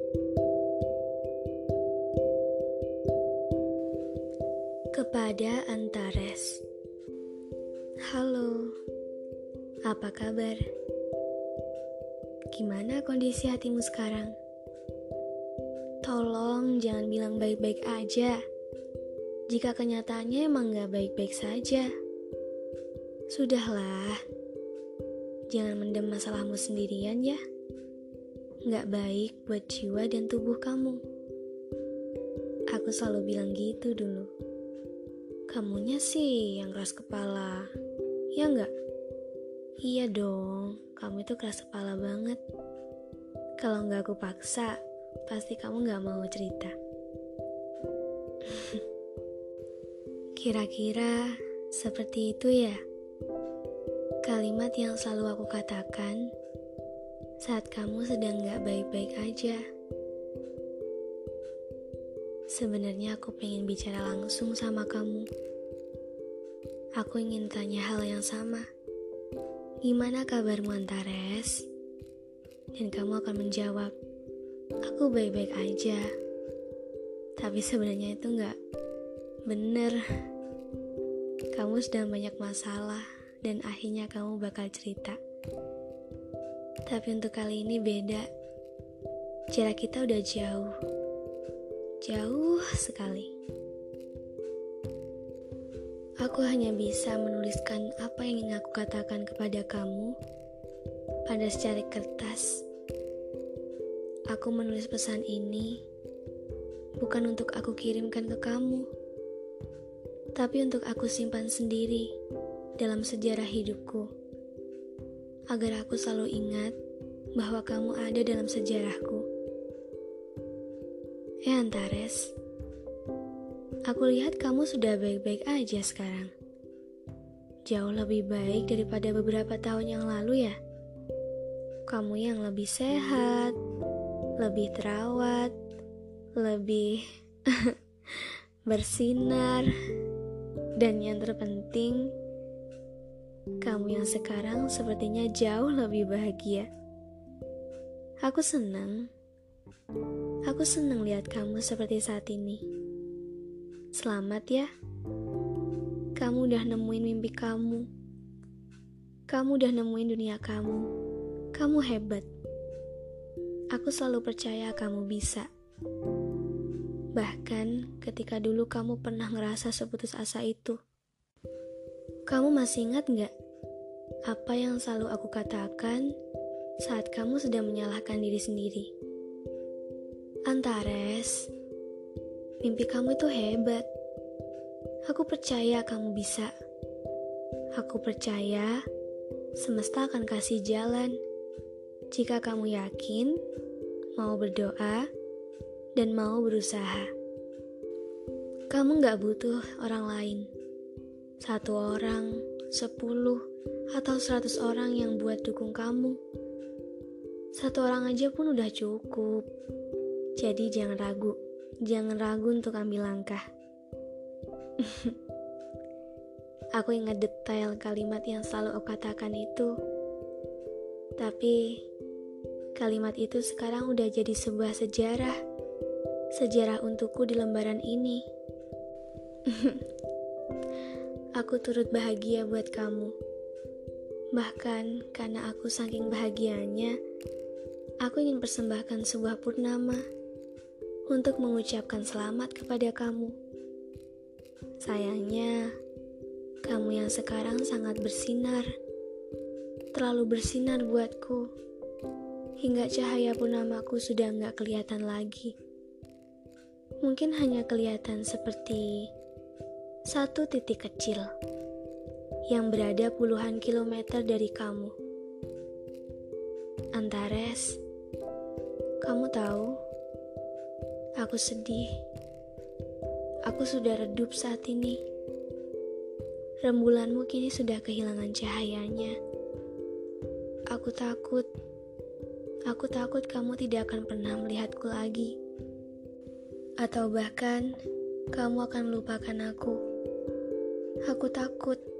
Kepada Antares. Halo, apa kabar? Gimana kondisi hatimu sekarang? Tolong jangan bilang baik-baik aja jika kenyataannya emang gak baik-baik saja. Sudahlah, jangan mendem masalahmu sendirian ya. Gak baik buat jiwa dan tubuh kamu. Aku selalu bilang gitu dulu. Kamunya sih yang keras kepala, ya enggak? Iya dong, kamu itu keras kepala banget. Kalau enggak aku paksa, pasti kamu enggak mau cerita. Kira-kira seperti itu ya kalimat yang selalu aku katakan saat kamu sedang enggak baik-baik aja. Sebenarnya aku pengen bicara langsung sama kamu. Aku ingin tanya hal yang sama. Gimana kabarmu Antares? Dan kamu akan menjawab, aku baik-baik aja. Tapi sebenarnya itu gak bener. Kamu sedang banyak masalah dan akhirnya kamu bakal cerita. Tapi untuk kali ini beda. Jarak kita udah jauh. Jauh sekali. Aku hanya bisa menuliskan apa yang ingin aku katakan kepada kamu pada secari kertas. Aku menulis pesan ini bukan untuk aku kirimkan ke kamu, tapi untuk aku simpan sendiri dalam sejarah hidupku, agar aku selalu ingat bahwa kamu ada dalam sejarahku. Antares, aku lihat kamu sudah baik-baik aja sekarang. Jauh lebih baik daripada beberapa tahun yang lalu ya. Kamu yang lebih sehat, lebih terawat, lebih bersinar, dan yang terpenting, kamu yang sekarang sepertinya jauh lebih bahagia. Aku senang lihat kamu seperti saat ini. Selamat ya. Kamu udah nemuin mimpi kamu. Kamu udah nemuin dunia kamu. Kamu hebat. Aku selalu percaya kamu bisa. Bahkan ketika dulu kamu pernah ngerasa seputus asa itu. Kamu masih ingat gak apa yang selalu aku katakan saat kamu sedang menyalahkan diri sendiri? Antares, mimpi kamu itu hebat. Aku percaya kamu bisa. Aku percaya semesta akan kasih jalan jika kamu yakin, mau berdoa, dan mau berusaha. Kamu gak butuh orang lain. 1 orang, 10, atau 100 orang yang buat dukung kamu. 1 orang aja pun udah cukup. Jadi jangan ragu untuk ambil langkah. Aku ingat detail kalimat yang selalu aku katakan itu. Tapi kalimat itu sekarang udah jadi sebuah sejarah. Sejarah untukku di lembaran ini. Aku turut bahagia buat kamu. Bahkan karena aku saking bahagianya, aku ingin persembahkan sebuah purnama untuk mengucapkan selamat kepada kamu. Sayangnya, kamu yang sekarang sangat bersinar. Terlalu bersinar buatku. Hingga cahaya purnamaku sudah gak kelihatan lagi. Mungkin hanya kelihatan seperti 1 titik kecil yang berada puluhan kilometer dari kamu. Antares, kamu tahu, aku sedih. Aku sudah redup saat ini. Rembulanmu kini sudah kehilangan cahayanya. Aku takut kamu tidak akan pernah melihatku lagi. Atau bahkan, kamu akan melupakan aku. Aku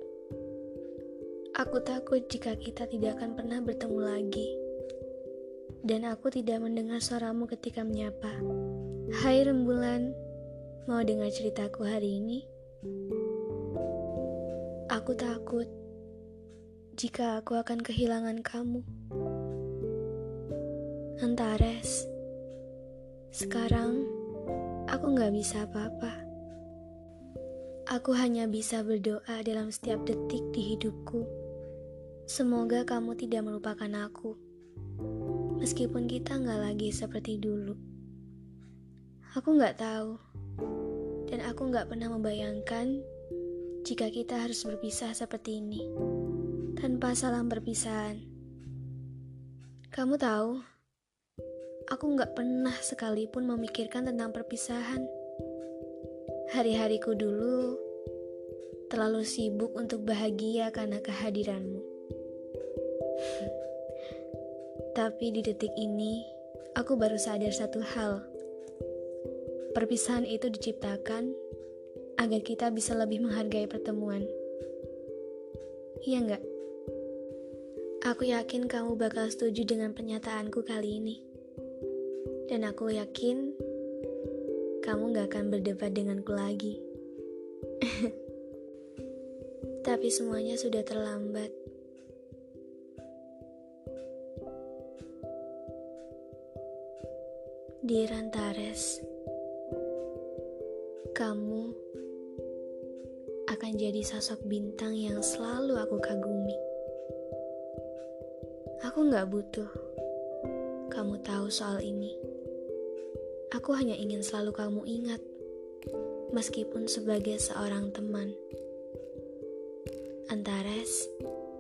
takut jika kita tidak akan pernah bertemu lagi. dan aku tidak mendengar suaramu ketika menyapa. Hai rembulan, mau dengar ceritaku hari ini? Aku takut jika aku akan kehilangan kamu. Antares, sekarang aku gak bisa apa-apa. Aku hanya bisa berdoa dalam setiap detik di hidupku. Semoga kamu tidak melupakan aku, meskipun kita gak lagi seperti dulu. Aku gak tahu, dan aku gak pernah membayangkan jika kita harus berpisah seperti ini, tanpa salam perpisahan. Kamu tahu, aku gak pernah sekalipun memikirkan tentang perpisahan. Hari-hariku dulu terlalu sibuk untuk bahagia karena kehadiranmu. Tapi di detik ini, aku baru sadar satu hal. Perpisahan itu diciptakan agar kita bisa lebih menghargai pertemuan. Iya enggak? Aku yakin kamu bakal setuju dengan pernyataanku kali ini. Dan aku yakin kamu gak akan berdebat denganku lagi. Tapi semuanya sudah terlambat. Dear Antares, kamu akan jadi sosok bintang yang selalu aku kagumi. Aku gak butuh kamu tahu soal ini. Aku hanya ingin selalu kamu ingat, meskipun sebagai seorang teman. Antares,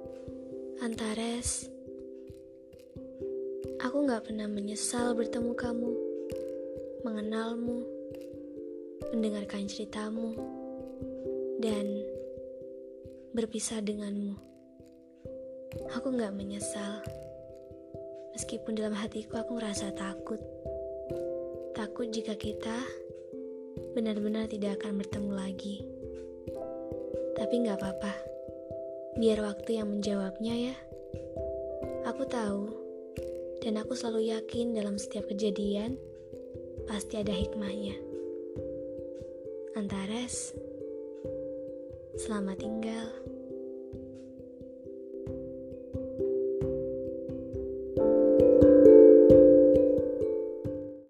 aku gak pernah menyesal bertemu kamu, mengenalmu, mendengarkan ceritamu, dan berpisah denganmu. Aku gak menyesal, meskipun dalam hatiku aku merasa takut. Takut jika kita benar-benar tidak akan bertemu lagi. Tapi gak apa-apa, biar waktu yang menjawabnya ya. Aku tahu, dan aku selalu yakin dalam setiap kejadian pasti ada hikmahnya. Antares, selamat tinggal.